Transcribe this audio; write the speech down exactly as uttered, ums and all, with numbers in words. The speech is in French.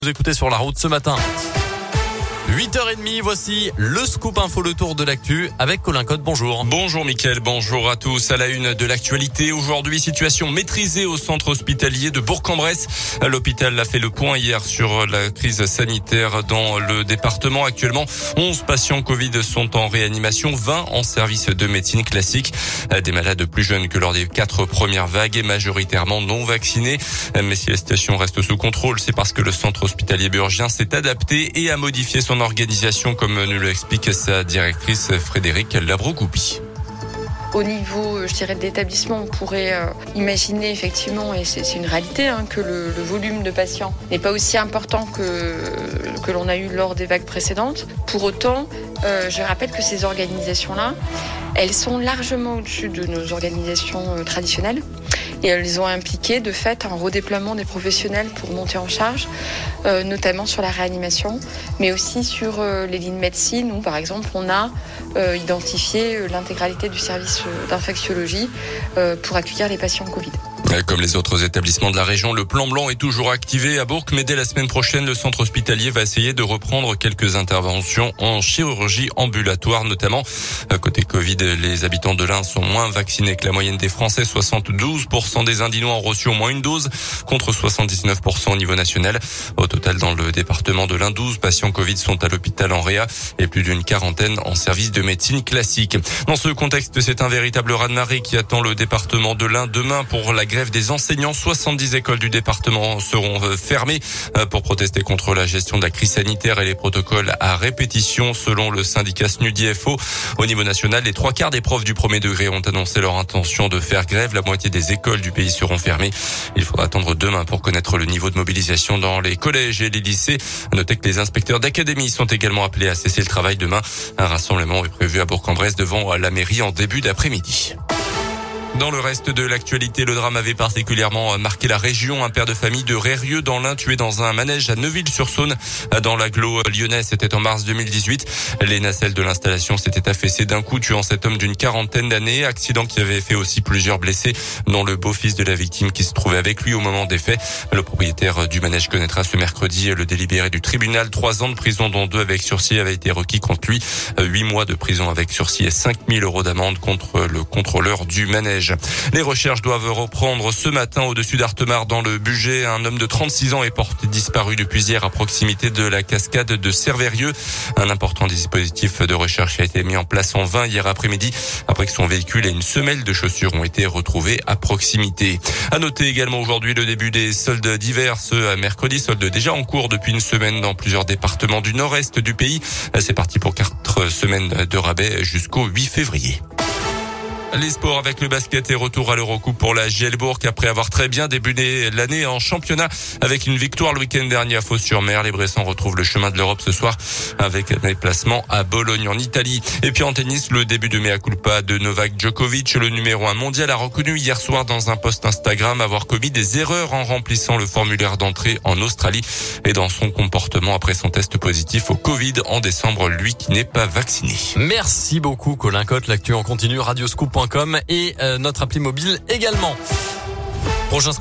Vous écoutez sur la route ce matin. huit heures trente, voici le scoop info, le tour de l'actu avec Colin Cotte. Bonjour. Bonjour Mickaël, bonjour à tous. À la une de l'actualité, aujourd'hui, situation maîtrisée au centre hospitalier de Bourg-en-Bresse. L'hôpital a fait le point hier sur la crise sanitaire dans le département. Actuellement, onze patients Covid sont en réanimation, vingt en service de médecine classique. Des malades plus jeunes que lors des quatre premières vagues et majoritairement non vaccinés. Mais si la situation reste sous contrôle, c'est parce que le centre hospitalier burgien s'est adapté et a modifié son organisation, comme nous l'explique sa directrice Frédéric Labro-Coupi. Au niveau, je dirais, de l'établissement, on pourrait euh, imaginer effectivement, et c'est, c'est une réalité, hein, que le, le volume de patients n'est pas aussi important que, que l'on a eu lors des vagues précédentes. Pour autant, euh, je rappelle que ces organisations-là, elles sont largement au-dessus de nos organisations euh, traditionnelles. Et elles ont impliqué, de fait, un redéploiement des professionnels pour monter en charge, euh, notamment sur la réanimation, mais aussi sur euh, les lignes médecine, où, par exemple, on a euh, identifié euh, l'intégralité du service euh, d'infectiologie euh, pour accueillir les patients Covid. Comme les autres établissements de la région, le plan blanc est toujours activé à Bourg, mais dès la semaine prochaine, le centre hospitalier va essayer de reprendre quelques interventions en chirurgie ambulatoire, notamment. Côté Covid, les habitants de l'Ain sont moins vaccinés que la moyenne des Français. soixante-douze pour cent des Indinois ont reçu au moins une dose, contre soixante-dix-neuf pour cent au niveau national. Au total, dans le département de l'Ain, douze patients Covid sont à l'hôpital en réa et plus d'une quarantaine en service de médecine classique. Dans ce contexte, c'est un véritable raz-de-marée qui attend le département de l'Ain demain pour la grève des enseignants. soixante-dix écoles du département seront fermées pour protester contre la gestion de la crise sanitaire et les protocoles à répétition, selon le syndicat S N U D I F O. Au niveau national, les trois quarts des profs du premier degré ont annoncé leur intention de faire grève. La moitié des écoles du pays seront fermées. Il faudra attendre demain pour connaître le niveau de mobilisation dans les collèges et les lycées. Notez que les inspecteurs d'académie sont également appelés à cesser le travail demain. Un rassemblement est prévu à Bourg-en-Bresse devant la mairie en début d'après-midi. Dans le reste de l'actualité, le drame avait particulièrement marqué la région. Un père de famille de Rérieux dans l'Ain tué dans un manège à Neuville-sur-Saône dans l'agglo lyonnais. C'était en mars deux mille dix-huit. Les nacelles de l'installation s'étaient affaissées d'un coup, tuant cet homme d'une quarantaine d'années. Accident qui avait fait aussi plusieurs blessés, dont le beau-fils de la victime qui se trouvait avec lui au moment des faits. Le propriétaire du manège connaîtra ce mercredi le délibéré du tribunal. Trois ans de prison, dont deux avec sursis, avaient été requis contre lui. Huit mois de prison avec sursis et cinq mille euros d'amende contre le contrôleur du manège. Les recherches doivent reprendre ce matin au-dessus d'Artemar dans le Bugey. Un homme de trente-six ans est porté disparu depuis hier à proximité de la cascade de Cervérieux. Un important dispositif de recherche a été mis en place en vain hier après-midi après que son véhicule et une semelle de chaussures ont été retrouvés à proximité. À noter également aujourd'hui le début des soldes d'hiver, ce mercredi, soldes déjà en cours depuis une semaine dans plusieurs départements du nord-est du pays. C'est parti pour quatre semaines de rabais jusqu'au huit février. Les sports avec le basket et retour à l'Eurocoupe pour la Gielbourg après avoir très bien débuté l'année en championnat avec une victoire le week-end dernier à Fos-sur-Mer. Les Bressans retrouvent le chemin de l'Europe ce soir avec un déplacement à Bologne en Italie. Et puis en tennis, le début de mea culpa de Novak Djokovic, le numéro un mondial, a reconnu hier soir dans un post Instagram avoir commis des erreurs en remplissant le formulaire d'entrée en Australie et dans son comportement après son test positif au Covid en décembre, lui qui n'est pas vacciné. Merci beaucoup Colin Cotte. L'actu en continu, radioscoop point com et euh, notre appli mobile également. Prochain